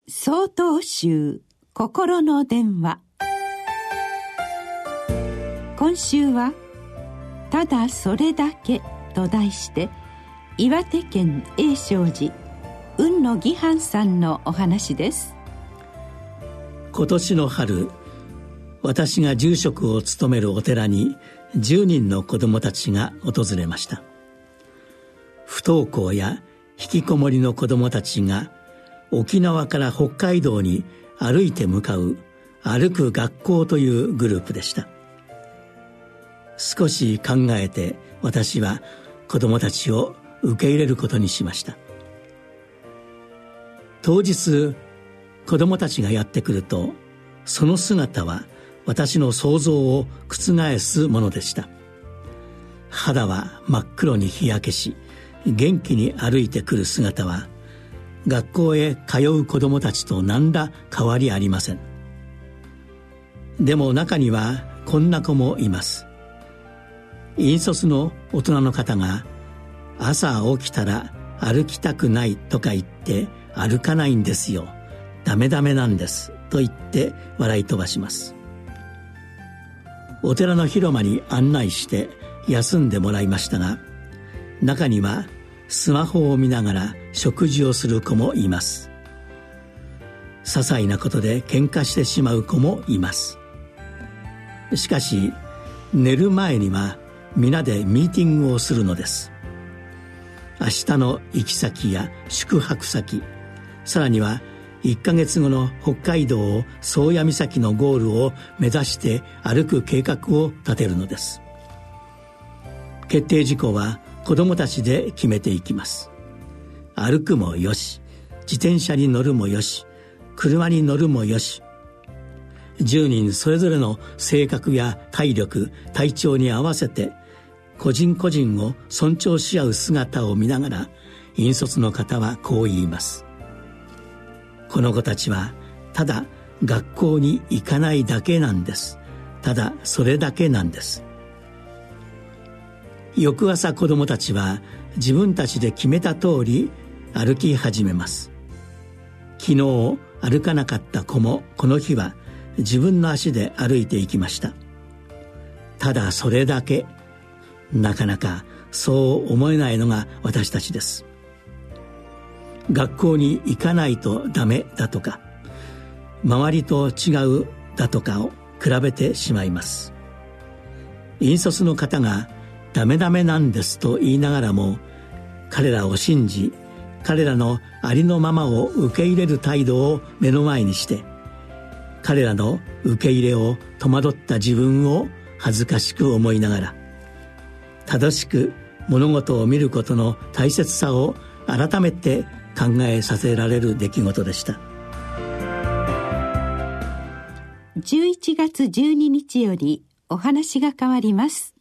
総統集心の電話。今週はただそれだけと題して、岩手県永昌寺雲野義範さんのお話です。 今年の春、私が住職を務めるお寺に10人の子どもたちが訪れました。不登校や引きこもりの子どもたちが沖縄から北海道に歩いて向かう歩く学校というグループでした。少し考えて私は子どもたちを受け入れることにしました。当日子どもたちがやってくると、その姿は私の想像を覆すものでした。肌は真っ黒に日焼けし、元気に歩いてくる姿は学校へ通う子どもたちと何ら変わりありません。でも中にはこんな子もいます。引率の大人の方が、朝起きたら歩きたくないとか言って歩かないんですよ、ダメダメなんですと言って笑い飛ばします。お寺の広間に案内して休んでもらいましたが、中にはスマホを見ながら食事をする子もいます。些細なことで喧嘩してしまう子もいます。しかし寝る前には皆でミーティングをするのです。明日の行き先や宿泊先、さらには1ヶ月後の北海道宗谷岬のゴールを目指して歩く計画を立てるのです。決定事項は子どもたちで決めていきます。歩くもよし、自転車に乗るもよし、車に乗るもよし、10人それぞれの性格や体力、体調に合わせて個人個人を尊重し合う姿を見ながら、引率の方はこう言います。この子たちはただ学校に行かないだけなんです。ただそれだけなんです。翌朝子どもたちは自分たちで決めた通り歩き始めます。昨日歩かなかった子もこの日は自分の足で歩いていきました。ただそれだけ。なかなかそう思えないのが私たちです。学校に行かないとダメだとか、周りと違うだとかを比べてしまいます。引率の方がダメダメなんですと言いながらも、彼らを信じ、彼らのありのままを受け入れる態度を目の前にして、彼らの受け入れを戸惑った自分を恥ずかしく思いながら、正しく物事を見ることの大切さを改めて考えさせられる出来事でした。 11月12日よりお話が変わります。